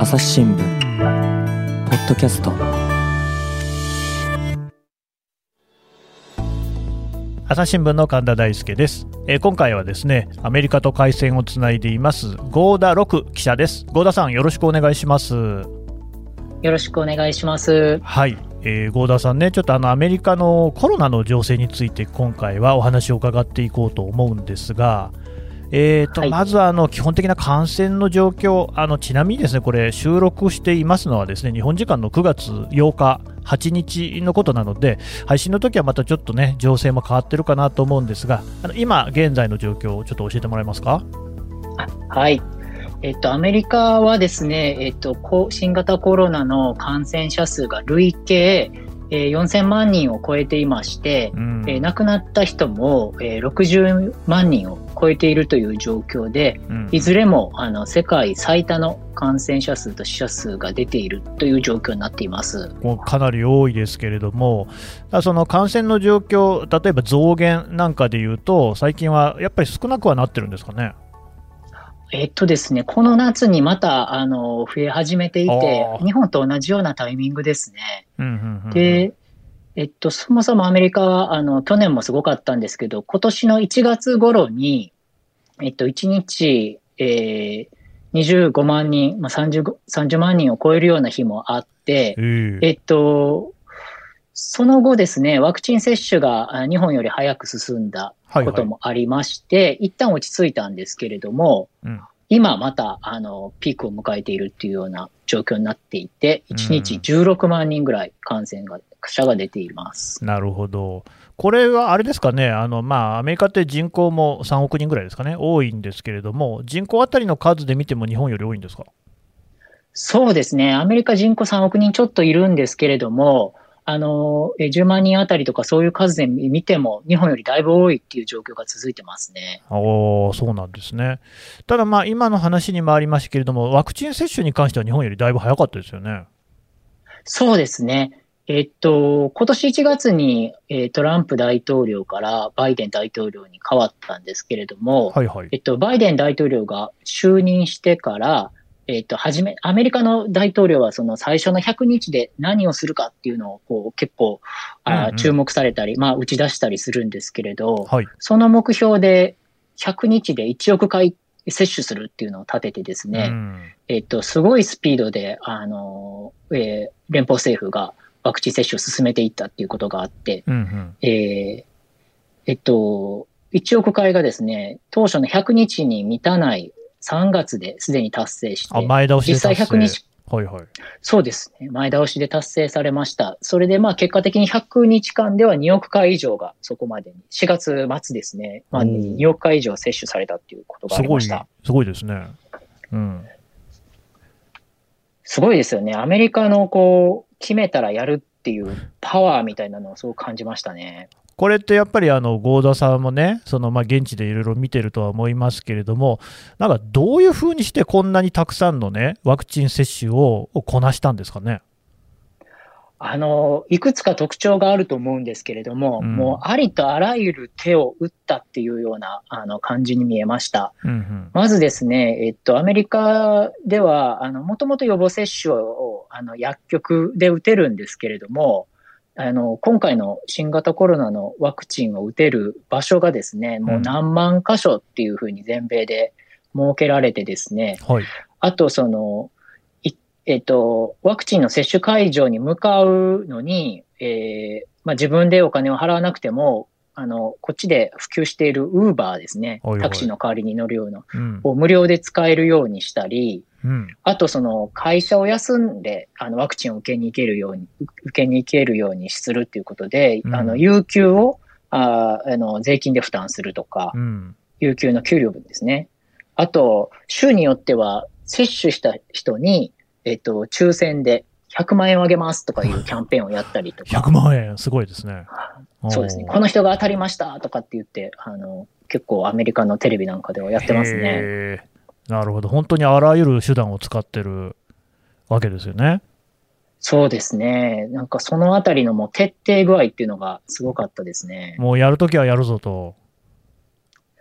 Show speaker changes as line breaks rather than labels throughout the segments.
朝日新聞ポッドキャスト。
朝日新聞の神田大輔です。今回はですね、アメリカと回線をつないでいます合田六記者です。合田さん、よろしくお願いします。
よろしくお願いします。
はい、合田さんね、ちょっとアメリカのコロナの情勢について今回はお話を伺っていこうと思うんですが、はい、まず基本的な感染の状況、ちなみにですね、これ収録していますのはですね、日本時間の9月8日8日のことなので、配信の時はまたちょっとね情勢も変わってるかなと思うんですが、今現在の状況をちょっと教えてもらえますか？
はい、アメリカはですね、新型コロナの感染者数が累計4000万人を超えていまして、亡くなった人も60万人を超えているという状況で、いずれも世界最多の感染者数と死者数が出ているという状況になっています。
もうかなり多いですけれども、その感染の状況、例えば増減なんかでいうと、最近はやっぱり少なくはなってるんですかね？
ですね、この夏にまた増え始めていて、日本と同じようなタイミングですね。で、そもそもアメリカは去年もすごかったんですけど、今年の1月頃に、1日、25万人、30万人を超えるような日もあって、その後ですね、ワクチン接種が日本より早く進んだこともありまして、一旦落ち着いたんですけれども、今またピークを迎えているっていうような状況になっていて、1日16万人ぐらい感染者が出ています。
なるほど。これはあれですかね、アメリカって人口も3億人ぐらいですかね、多いんですけれども、人口あたりの数で見ても日本より多いんですか？
そうですね、アメリカ人口3億人ちょっといるんですけれども、10万人あたりとかそういう数で見ても日本よりだいぶ多いっていう状況が続いてますね。
そうなんですね。ただ今の話にもありましたけれども、ワクチン接種に関しては日本よりだいぶ早かったですよね。
そうですね。今年1月に、トランプ大統領からバイデン大統領に変わったんですけれども、バイデン大統領が就任してから、アメリカの大統領はその最初の100日で何をするかっていうのを結構注目されたり、打ち出したりするんですけれど、その目標で100日で1億回接種するっていうのを立ててですね、すごいスピードで、連邦政府がワクチン接種を進めていったっていうことがあって、1億回がですね、当初の100日に満たない3月ですでに達成して、
前倒しで達成。
実際100日、そうですね、前倒しで達成されました。それで結果的に100日間では2億回以上がそこまでに、4月末ですね、2億回以上接種されたっていうことがありました。
すごいですね。
すごいですよね。アメリカの決めたらやるっていうパワーみたいなのをすごく感じましたね。
これってやっぱり合田さんもね、現地でいろいろ見てるとは思いますけれども、なんかどういうふうにしてこんなにたくさんのね、ワクチン接種をこなしたんですかね。
いくつか特徴があると思うんですけれども、もうありとあらゆる手を打ったっていうような感じに見えました。まずですね、アメリカではもともと予防接種を薬局で打てるんですけれども、今回の新型コロナのワクチンを打てる場所がですね、もう何万箇所っていうふうに全米で設けられてですね、あとワクチンの接種会場に向かうのに、自分でお金を払わなくても、こっちで普及しているウーバーですね、タクシーの代わりに乗るような、を無料で使えるようにしたり、あと会社を休んでワクチンを受けに行けるようにするっていうことで、有給を税金で負担するとか、有給の給料分ですね。あと、州によっては接種した人に抽選で100万円をあげますとかいうキャンペーンをやったりとか。
100万円、すごいですね。
そうですね。この人が当たりましたとかって言って、結構アメリカのテレビなんかではやってますね。
なるほど。本当にあらゆる手段を使ってるわけですよね。
そうですね。なんかそのあたりのもう徹底具合っていうのがすごかったですね。
もうやるときはやるぞと。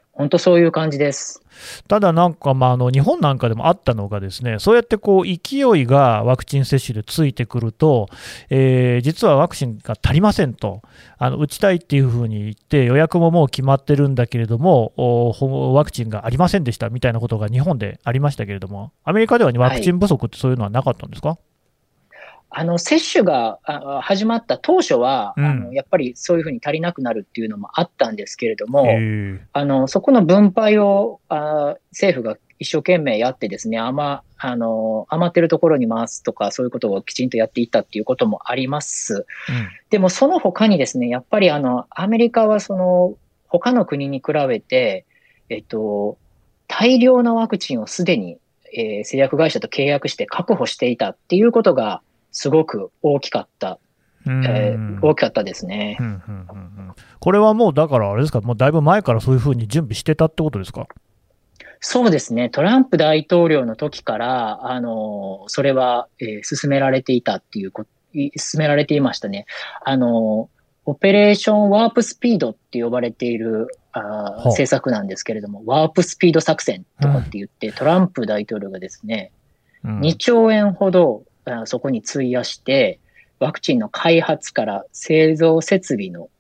本当そういう感じです。
ただなんか、日本なんかでもあったのがですね、そうやってこう勢いがワクチン接種でついてくると、実はワクチンが足りませんと、打ちたいっていうふうに言って、予約ももう決まってるんだけれども、ワクチンがありませんでしたみたいなことが日本でありましたけれども、アメリカではワクチン不足ってそういうのはなかったんですか？
接種が始まった当初は、やっぱりそういうふうに足りなくなるっていうのもあったんですけれども、そこの分配を政府が一生懸命やってですね、余ってるところに回すとか、そういうことをきちんとやっていったっていうこともあります。でもその他にですね、やっぱりアメリカは他の国に比べて、大量のワクチンをすでに、製薬会社と契約して確保していたっていうことが、すごく大きかった。大きかったですね。
これはもうだからあれですか、もうだいぶ前からそういうふうに準備してたってことですか？
そうですね。トランプ大統領の時から、それは、進められていたっていう進められていましたね。オペレーションワープスピードって呼ばれている政策なんですけれども、ワープスピード作戦とかって言って、トランプ大統領がですね、2兆円ほどそこに費やして、ワクチンの開発から製造設備の、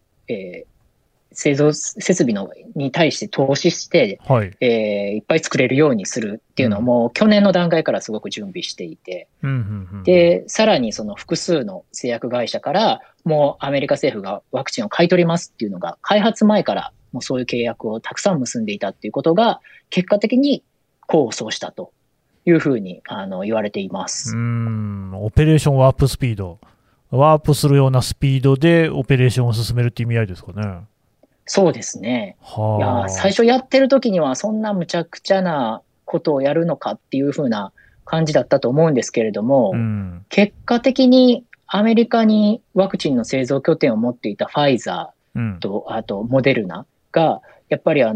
に対して投資して、いっぱい作れるようにするっていうのをもう去年の段階からすごく準備していて、で、さらにその複数の製薬会社からもうアメリカ政府がワクチンを買い取りますっていうのが開発前からもうそういう契約をたくさん結んでいたっていうことが結果的に功を奏したというふうに言われています。
オペレーションワープスピード。ワープするようなスピードでオペレーションを進めるって意味合いですかね。
そうですね。いや、最初やってる時にはそんな無茶苦茶なことをやるのかっていうふうな感じだったと思うんですけれども、結果的にアメリカにワクチンの製造拠点を持っていたファイザーと、あとモデルナが、やっぱりワ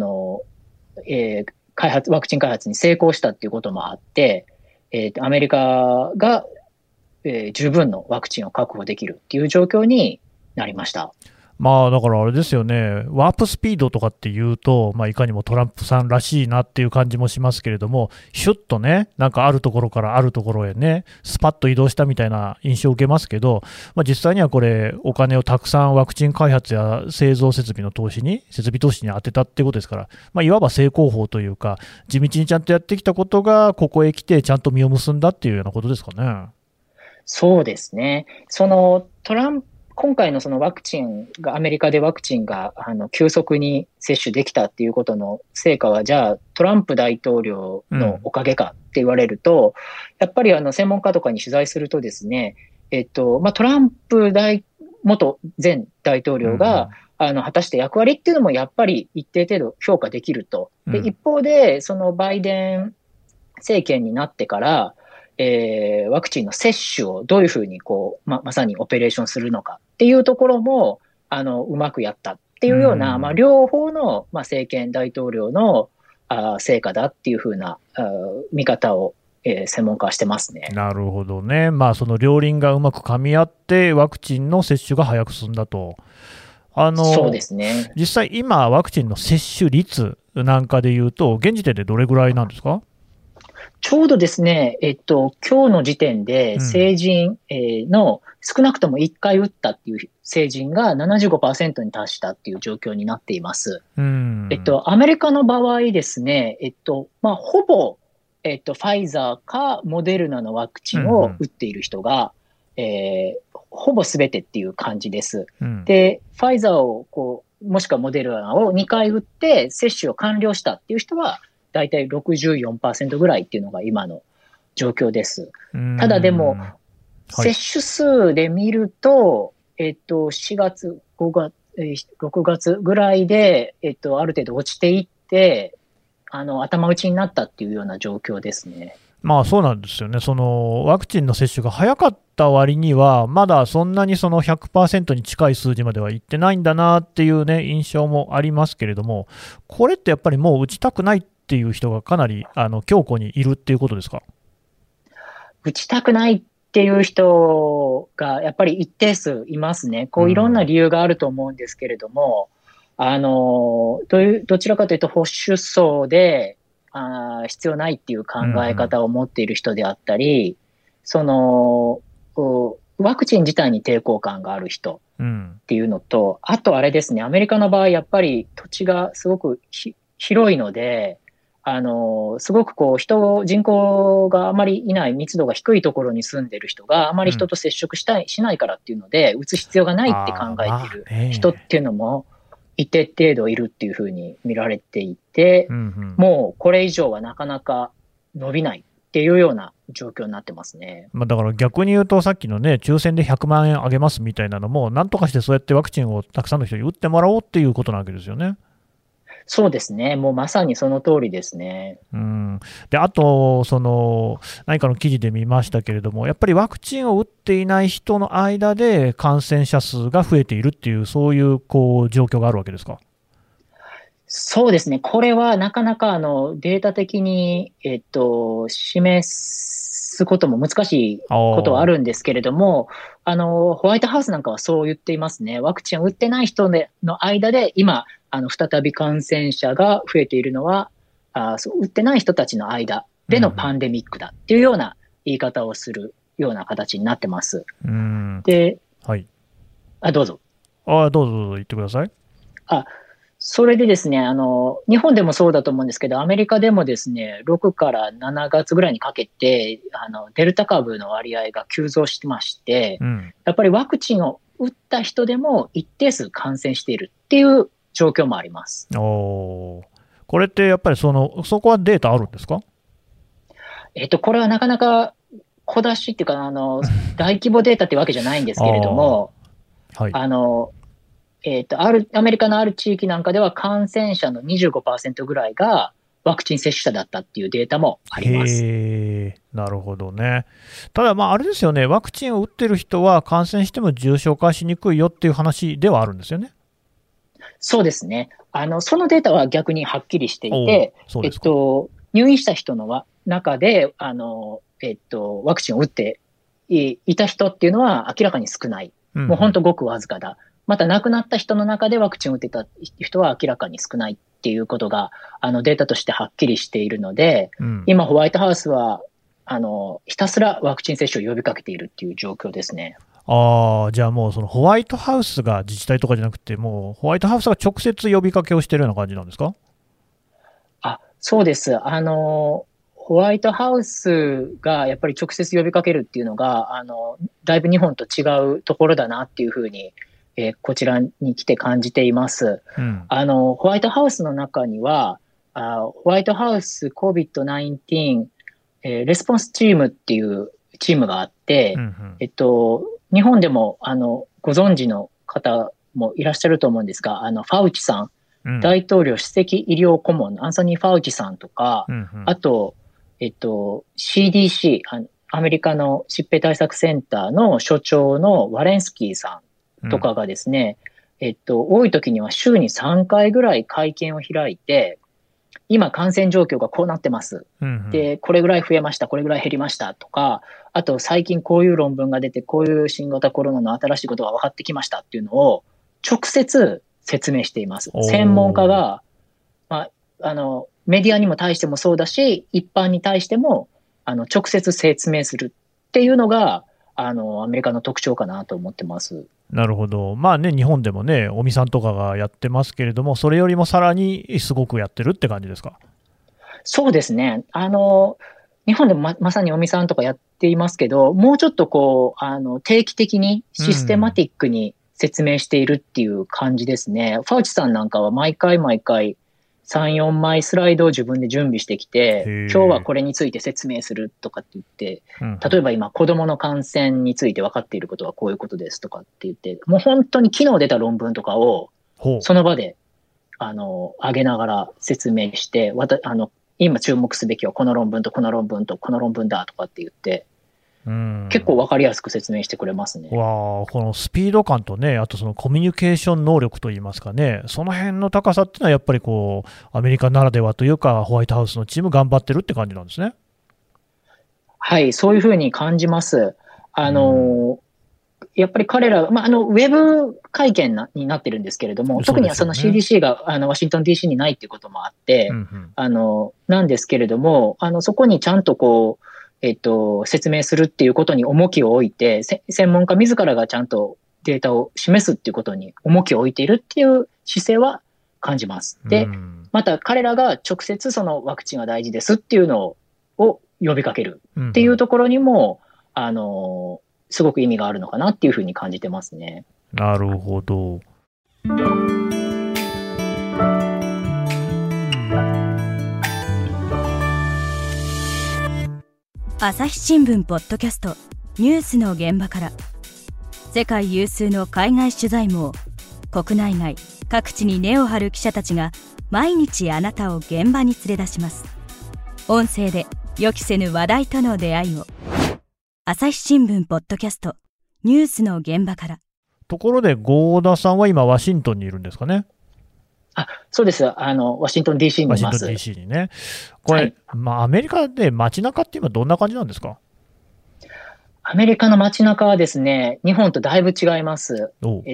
クチン開発に成功したっていうこともあって、アメリカが、十分のワクチンを確保できるっていう状況になりました。
だからあれですよね、ワープスピードとかっていうと、いかにもトランプさんらしいなっていう感じもしますけれども、シュッとね、なんかあるところからあるところへね、スパッと移動したみたいな印象を受けますけど、実際にはこれ、お金をたくさんワクチン開発や製造設備投資に当てたってことですから、いわば正攻法というか、地道にちゃんとやってきたことが、ここへ来て、ちゃんと実を結んだっていうようなことですかね。
そうですね。今回のそのワクチンが、アメリカでワクチンが急速に接種できたっていうことの成果は、じゃあトランプ大統領のおかげかって言われると、やっぱり専門家とかに取材するとですね、トランプ元前大統領が、果たした役割っていうのもやっぱり一定程度評価できると。で、一方で、そのバイデン政権になってから、ワクチンの接種をどういうふうにまさにオペレーションするのかっていうところも、うまくやったっていうような、両方の、政権大統領の成果だっていうふうな見方を、専門家はしてますね。
なるほどね。その両輪がうまく噛み合って、ワクチンの接種が早く進んだと。
そうですね。
実際今、ワクチンの接種率なんかでいうと、現時点でどれぐらいなんですか？
ちょうどですね、今日の時点で成人の少なくとも1回打ったっていう成人が 75% に達したっていう状況になっています。アメリカの場合ですね、ほぼ、ファイザーかモデルナのワクチンを打っている人が、ほぼ全てっていう感じです。で、ファイザーをもしくはモデルナを2回打って接種を完了したっていう人は、だいたい 64% ぐらいっていうのが今の状況です。ただでも、接種数で見ると、4月、5月、6月ぐらいで、ある程度落ちていって、頭打ちになったっていうような状況ですね。
そうなんですよね。そのワクチンの接種が早かった割には、まだそんなにその 100% に近い数字まではいってないんだなっていうね、印象もありますけれども、これってやっぱりもう打ちたくないっていう人がかなり強固にいるっていうことですか？
打ちたくないっていう人がやっぱり一定数いますね。いろんな理由があると思うんですけれども、 どちらかというと保守層で、必要ないっていう考え方を持っている人であったり、ワクチン自体に抵抗感がある人っていうのと、あとあれですね、アメリカの場合、やっぱり土地がすごく広いので、すごく人口があまりいない密度が低いところに住んでる人があまり人と接触しないからっていうので、打つ必要がないって考えている人っていうのも一定程度いるっていうふうに見られていて、もうこれ以上はなかなか伸びないっていうような状況になってますね。
だから逆に言うと、さっきのね、抽選で100万円あげますみたいなのも、なんとかしてそうやってワクチンをたくさんの人に打ってもらおうっていうことなわけですよね。
そうですね、もうまさにその通りですね。
であと、何かの記事で見ましたけれども、やっぱりワクチンを打っていない人の間で感染者数が増えているっていう、そういう状況があるわけですか。
そうですね、これはなかなかデータ的に、示すことも難しいことはあるんですけれども、ホワイトハウスなんかはそう言っていますね。ワクチンを打ってない人の間で今、再び感染者が増えているのは、打ってない人たちの間でのパンデミックだっていうような言い方をするような形になってます。で、
はい。
どうぞ。
どうぞ言ってください。
それでですね、日本でもそうだと思うんですけど、アメリカでもですね、6から7月ぐらいにかけて、デルタ株の割合が急増してまして、やっぱりワクチンを打った人でも一定数感染しているっていう状況もあります。
これってやっぱりそこはデータあるんですか？
これはなかなか小出しっていうか、大規模データってわけじゃないんですけれども、はい、アメリカのある地域なんかでは感染者の 25% ぐらいがワクチン接種者だったっていうデータもあります。
なるほどね。ただ、あれですよね、ワクチンを打ってる人は感染しても重症化しにくいよっていう話ではあるんですよね。
そうですね。そのデータは逆にはっきりしていて、入院した人の中で、ワクチンを打っていた人っていうのは明らかに少ない。もう本当ごくわずかだ。また亡くなった人の中でワクチンを打ってた人は明らかに少ないっていうことが、データとしてはっきりしているので、今ホワイトハウスは、ひたすらワクチン接種を呼びかけているっていう状況ですね。
じゃあもうホワイトハウスが自治体とかじゃなくて、もうホワイトハウスが直接呼びかけをしているような感じなんですか？
そうです。ホワイトハウスがやっぱり直接呼びかけるっていうのが、だいぶ日本と違うところだなっていうふうに、こちらに来て感じています。ホワイトハウスの中には、ホワイトハウス COVID-19、レスポンスチームっていうチームがあって、日本でもご存知の方もいらっしゃると思うんですが、ファウチさん、大統領首席医療顧問のアンソニー・ファウチさんとか、あと、CDC、アメリカの疾病対策センターの所長のワレンスキーさんとかがですね、多い時には週に3回ぐらい会見を開いて、今感染状況がこうなってます。で、これぐらい増えました、これぐらい減りましたとか、あと最近こういう論文が出て、こういう新型コロナの新しいことが分かってきましたっていうのを直接説明しています。専門家が、メディアにも対してもそうだし、一般に対しても直接説明するっていうのが、アメリカの特徴かなと思ってます。
なるほど。日本でもね、尾身さんとかがやってますけれども、それよりもさらにすごくやってるって感じですか？
そうですね。日本でもまさに尾身さんとかやっていますけど、もうちょっと定期的にシステマティックに説明しているっていう感じですね。ファウチさんなんかは毎回3、4枚スライドを自分で準備してきて、今日はこれについて説明するとかって言って、例えば今子供の感染について分かっていることはこういうことですとかって言って、もう本当に昨日出た論文とかをその場で上げながら説明して、今注目すべきはこの論文とこの論文とこの論文だとかって言って、結構分かりやすく説明してくれますね。
このスピード感とね、あとそのコミュニケーション能力といいますかね、その辺の高さっていうのはやっぱりアメリカならではというか、ホワイトハウスのチーム頑張ってるって感じなんですね。
はい、そういうふうに感じます。 やっぱり彼ら、ウェブ会見になってるんですけれども、特にはその CDC がワシントン DC にないっていうこともあって、なんですけれども、そこにちゃんと説明するっていうことに重きを置いて、専門家自らがちゃんとデータを示すっていうことに重きを置いているっていう姿勢は感じます。で、また彼らが直接そのワクチンが大事ですっていうのを呼びかけるっていうところにも、すごく意味があるのかなっていうふうに感じてますね。
なるほど。
朝日新聞ポッドキャストニュースの現場から、世界有数の海外取材網、国内外各地に根を張る記者たちが毎日あなたを現場に連れ出します。音声で予期せぬ話題との出会いを。朝日新聞ポッドキャストニュースの現場から。
ところで合田さんは今ワシントンにいるんですかね。
そうです。ワシントン DC にいます。
ワシントン DC にね。これ、アメリカで街中って今どんな感じなんですか？
アメリカの街中はですね、日本とだいぶ違います。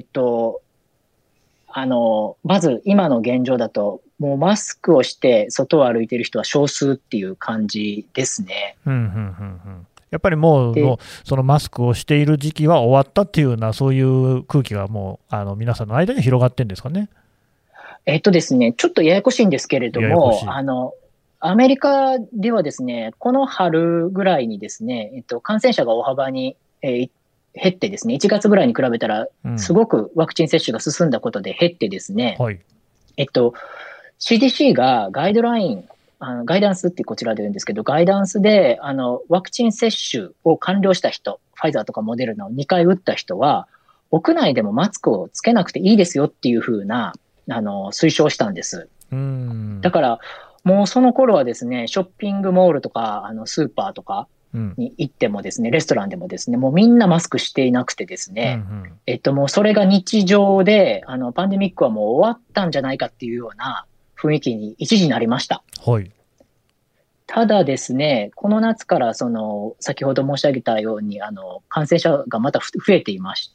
まず今の現状だと、もうマスクをして外を歩いている人は少数っていう感じですね。
やっぱりもうそのマスクをしている時期は終わったっていうような、そういう空気がもう皆さんの間に広がってるんですかね。
ですね、ちょっとややこしいんですけれども、アメリカではですね、この春ぐらいにですね、感染者が大幅に、減ってですね、1月ぐらいに比べたら、すごくワクチン接種が進んだことで減ってですね、CDC がガイドライン、ガイダンスってこちらで言うんですけど、ガイダンスで、ワクチン接種を完了した人、ファイザーとかモデルナを2回打った人は、屋内でもマスクをつけなくていいですよっていうふうな、推奨したんです。だから、もうその頃はですね、ショッピングモールとか、スーパーとかに行ってもですね、レストランでもですね、もうみんなマスクしていなくてですね、もうそれが日常で、パンデミックはもう終わったんじゃないかっていうような雰囲気に一時なりました。ただですね、この夏から先ほど申し上げたように、感染者がまた増えていまして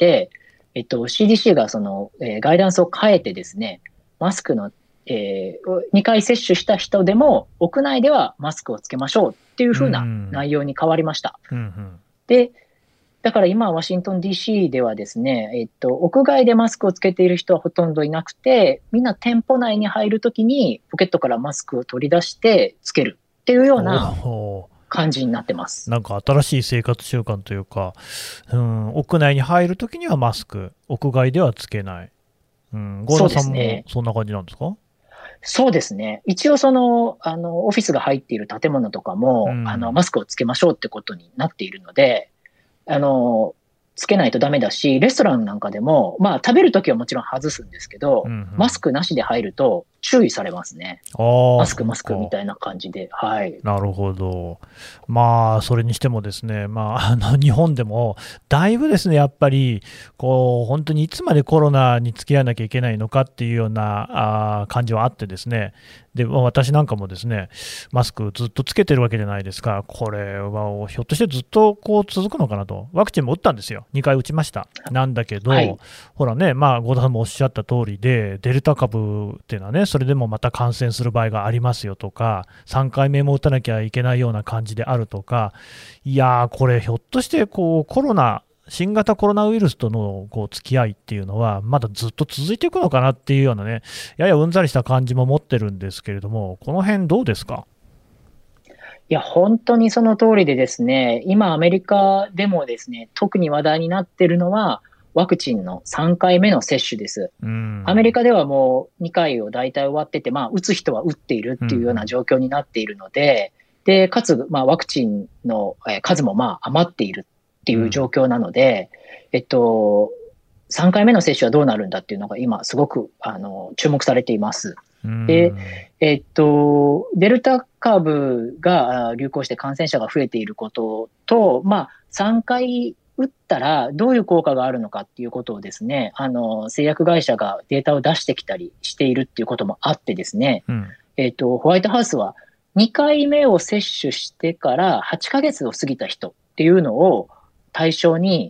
、CDC がガイダンスを変えてですね、マスクの、2回接種した人でも屋内ではマスクをつけましょうっていう風な内容に変わりました。で、だから今ワシントン DC ではですね、屋外でマスクをつけている人はほとんどいなくて、みんな店舗内に入るときにポケットからマスクを取り出してつけるっていうような感じになってます。
なんか新しい生活習慣というか、屋内に入るときにはマスク、屋外ではつけない。合田さんもそんな感じなんですか？
そうですね。一応オフィスが入っている建物とかも、マスクをつけましょうってことになっているので、つけないとダメだし、レストランなんかでも、食べるときはもちろん外すんですけど、マスクなしで入ると注意されますね。マスクみたいな感じで。
なるほど。それにしてもですね、日本でも、だいぶですね、やっぱり、本当にいつまでコロナに付き合わなきゃいけないのかっていうような感じはあってですね、で、私なんかもですね、マスクずっとつけてるわけじゃないですか。これはひょっとしてずっと続くのかなと。ワクチンも打ったんですよ。2回打ちました。なんだけど、ほらね、合田さんもおっしゃった通りで、デルタ株っていうのはね、それでもまた感染する場合がありますよとか、3回目も打たなきゃいけないような感じであるとか、いやー、これひょっとして新型コロナウイルスとの付き合いっていうのは、まだずっと続いていくのかなっていうようなね、ややうんざりした感じも持ってるんですけれども、この辺どうですか？
いや、本当にその通りでですね、今アメリカでもですね、特に話題になっているのは、ワクチンの3回目の接種です。アメリカではもう2回を大体終わってて、打つ人は打っているっていうような状況になっているので、で、かつ、ワクチンの数も余っているっていう状況なので、3回目の接種はどうなるんだっていうのが今すごく注目されています。で、デルタ株が流行して感染者が増えていることと、3回打ったらどういう効果があるのかっていうことをですね、製薬会社がデータを出してきたりしているっていうこともあってですね、ホワイトハウスは2回目を接種してから8ヶ月を過ぎた人っていうのを対象に、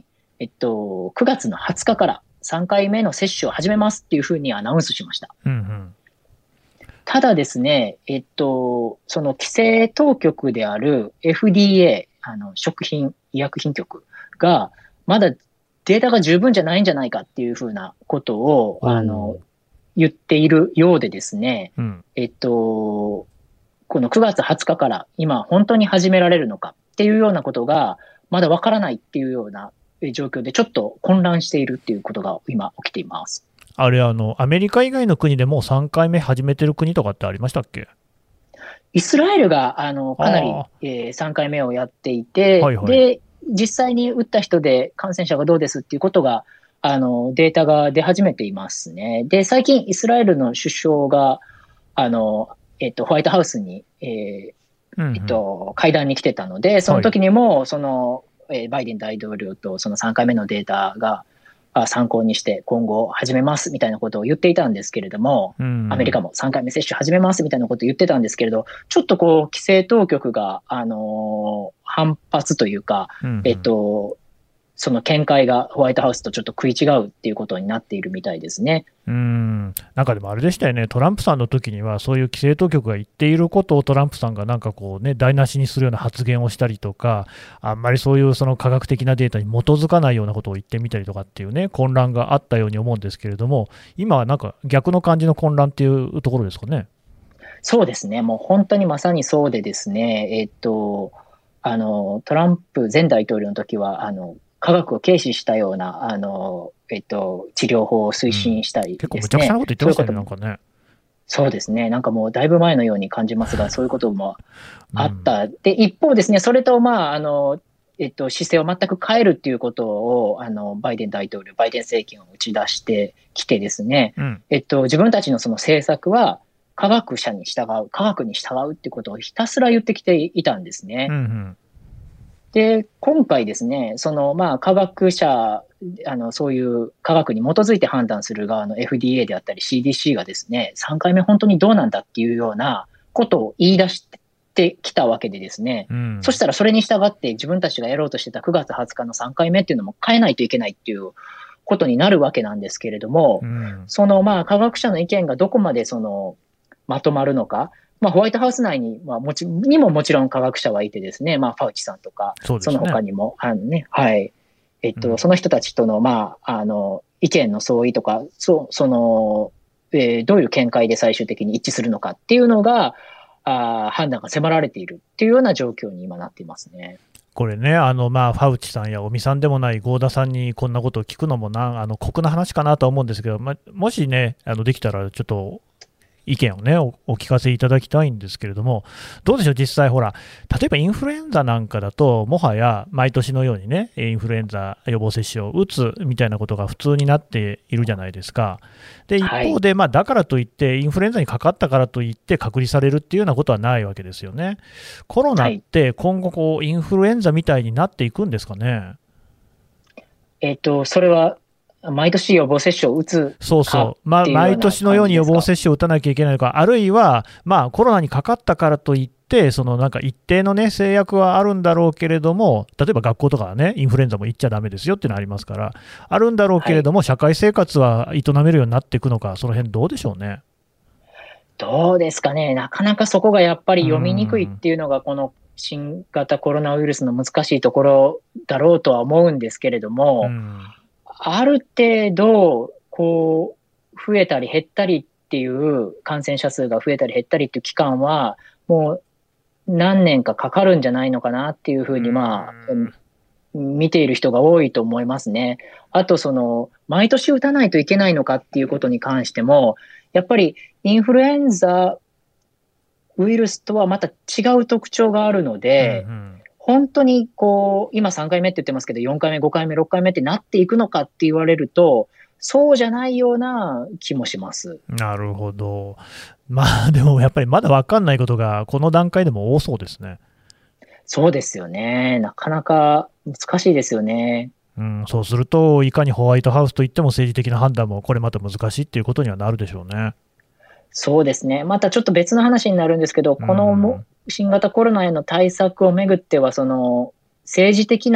9月の20日から3回目の接種を始めますっていうふうにアナウンスしました。
うんうん、
ただですね、その規制当局である FDA、食品医薬品局が、まだデータが十分じゃないんじゃないかっていうふうなことを、言っているようでですね、
うん、
この9月20日から今本当に始められるのかっていうようなことが、まだわからないっていうような状況で、ちょっと混乱しているっていうことが今起きています。
あれ、アメリカ以外の国でもう3回目始めてる国とかってありましたっけ？
イスラエルがかなり、3回目をやっていて、
はいはい、
で、実際に打った人で感染者がどうですっていうことが、データが出始めていますね。で、最近イスラエルの首相が、ホワイトハウスに、会談に来てたので、その時にも、バイデン大統領とその3回目のデータが参考にして今後始めますみたいなことを言っていたんですけれども、アメリカも3回目接種始めますみたいなことを言ってたんですけれど、ちょっと規制当局が、反発というか、その見解がホワイトハウスとちょっと食い違うっていうことになっているみたいですね。
なんかでもあれでしたよね、トランプさんの時には、そういう規制当局が言っていることをトランプさんがなんか台無しにするような発言をしたりとか、あんまりそういうその科学的なデータに基づかないようなことを言ってみたりとかっていうね、混乱があったように思うんですけれども、今はなんか逆の感じの混乱っていうところですかね。
そうですね、もう本当にまさにそうでですね、トランプ前大統領の時は、科学を軽視したような、治療法を推進したりですね、
結構むちゃくちゃなこと言ってましたね、なんかね。
そうですね。なんかもうだいぶ前のように感じますが、そういうこともあった。で、一方ですね、それと姿勢を全く変えるっていうことを、バイデン大統領、バイデン政権を打ち出してきてですね、自分たちのその政策は科学者に従う、科学に従うっていうことをひたすら言ってきていたんですね。で、今回ですね、科学者、そういう科学に基づいて判断する側の FDA であったり CDC がですね、3回目本当にどうなんだっていうようなことを言い出してきたわけでですね、そしたらそれに従って自分たちがやろうとしてた9月20日の3回目っていうのも変えないといけないっていうことになるわけなんですけれども、科学者の意見がどこまでまとまるのか、ホワイトハウス内に、もちろん科学者はいてですね、ファウチさんとか、その他にも、はい。その人たちとの、意見の相違とか、どういう見解で最終的に一致するのかっていうのが、判断が迫られているっていうような状況に今なっていますね。
これね、ファウチさんや尾身さんでもない合田さんにこんなことを聞くのも酷な話かなとは思うんですけど、もしね、できたらちょっと、意見をね、お聞かせいただきたいんですけれども、どうでしょう、実際、ほら、例えばインフルエンザなんかだと、もはや毎年のようにね、インフルエンザ予防接種を打つみたいなことが普通になっているじゃないですか。で、一方で、だからといって、インフルエンザにかかったからといって、隔離されるっていうようなことはないわけですよね。コロナって今後、インフルエンザみたいになっていくんですかね。
それは、毎年予防接種を打つか
そう、毎年のように予防接種を打たなきゃいけないのか、あるいは、コロナにかかったからといって、なんか一定の、ね、制約はあるんだろうけれども、例えば学校とかはね、インフルエンザも行っちゃだめですよっていうのがありますから、あるんだろうけれども、社会生活は営めるようになっていくのか、その辺どうでしょうね。
どうですかね、なかなかそこがやっぱり読みにくいっていうのが、この新型コロナウイルスの難しいところだろうとは思うんですけれども、ある程度、増えたり減ったりっていう感染者数が増えたり減ったりっていう期間は、もう何年かかかるんじゃないのかなっていうふうに、見ている人が多いと思いますね。あと、毎年打たないといけないのかっていうことに関しても、やっぱりインフルエンザウイルスとはまた違う特徴があるので、本当に今3回目って言ってますけど、4回目、5回目、6回目ってなっていくのかって言われると、そうじゃないような気もします。
なるほど。でもやっぱりまだ分かんないことがこの段階でも多そうですね。
そうですよね。なかなか難しいですよね。
そうすると、いかにホワイトハウスといっても政治的な判断もこれまた難しいっていうことにはなるでしょうね。
そうですね。またちょっと別の話になるんですけど、この新型コロナへの対策をめぐっては、政治的な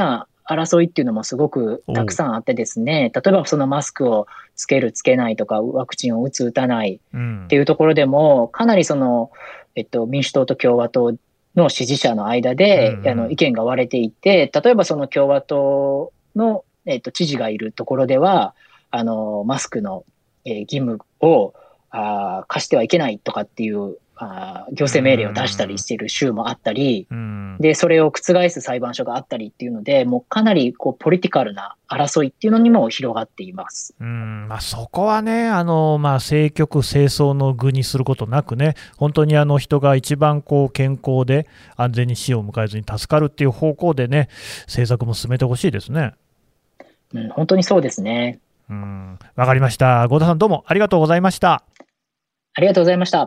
争いっていうのもすごくたくさんあってですね、例えばそのマスクをつけるつけないとか、ワクチンを打つ打たないっていうところでも、かなりその、民主党と共和党の支持者の間で、意見が割れていて、例えばその共和党の、知事がいるところでは、マスクの、義務を課してはいけないとかっていう行政命令を出したりしている州もあったり、で、それを覆す裁判所があったりっていうので、もうかなりこうポリティカルな争いっていうのにも広がっています。
そこはね、政局、政争の具にすることなくね、本当に人が一番こう健康で安全に死を迎えずに助かるっていう方向でね、政策も進めてほしいですね。
本当にそうですね。
わかりました。合田さん、どうもありがとうございました。
ありがとうございました。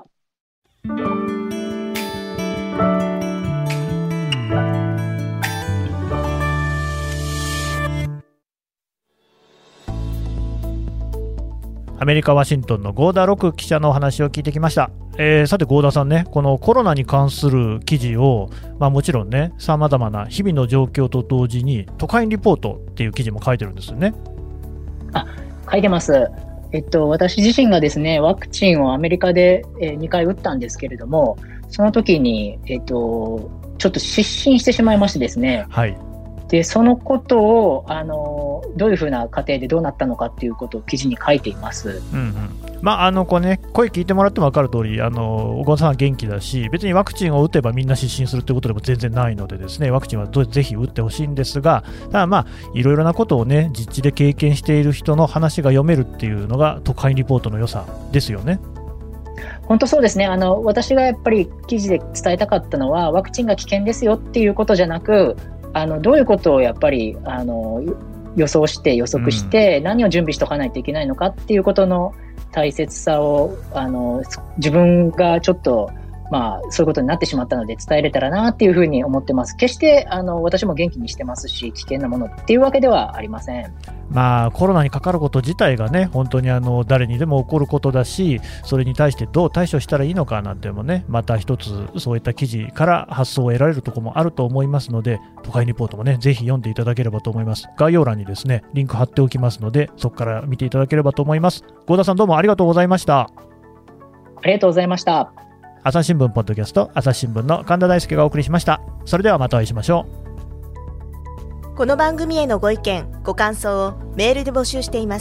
アメリカ・ワシントンの合田六記者のお話を聞いてきました。さて合田さんね、このコロナに関する記事を、もちろんね、さまざまな日々の状況と同時に都会リポートっていう記事も書いてるんですよね。
書いてます。私自身がですね、ワクチンをアメリカで2回打ったんですけれども、その時に、ちょっと失神してしまいましてですね、でそのことをどういうふうな過程でどうなったのかっていうことを記事に書いています。
これね、声聞いてもらっても分かる通り、小川さんは元気だし、別にワクチンを打てばみんな失神するということでも全然ないのでですね、ワクチンはぜひ打ってほしいんですが、ただいろいろなことをね、実地で経験している人の話が読めるっていうのが都会リポートの良さですよね。
本当そうですね。私がやっぱり記事で伝えたかったのは、ワクチンが危険ですよっていうことじゃなく、どういうことをやっぱり予測して、何を準備しておかないといけないのかっていうことの大切さを自分がちょっとそういうことになってしまったので伝えれたらなっていうふうに思ってます。決して私も元気にしてますし、危険なものっていうわけではありません。
コロナにかかること自体がね、本当に誰にでも起こることだし、それに対してどう対処したらいいのかなんてもね、また一つそういった記事から発想を得られるところもあると思いますので、都会リポートもね、ぜひ読んでいただければと思います。概要欄にですね、リンク貼っておきますので、そこから見ていただければと思います。合田さん、どうもありがとうございました。
ありがとうございました。
朝日新聞ポッドキャスト、朝日新聞の神田大輔がお送りしました。それではまたお会いしましょう。
この番組へのご意見、ご感想をメールで募集しています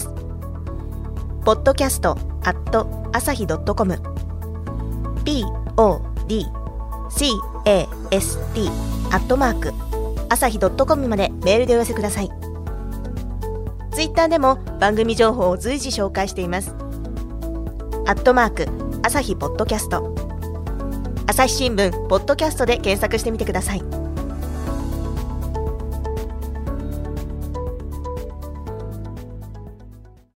。podcast@asahi.com podcast@asahi.com までメールでお寄せください。ツイッターでも番組情報を随時紹介しています。@朝日ポッドキャスト、朝日新聞ポッドキャストで検索してみてください。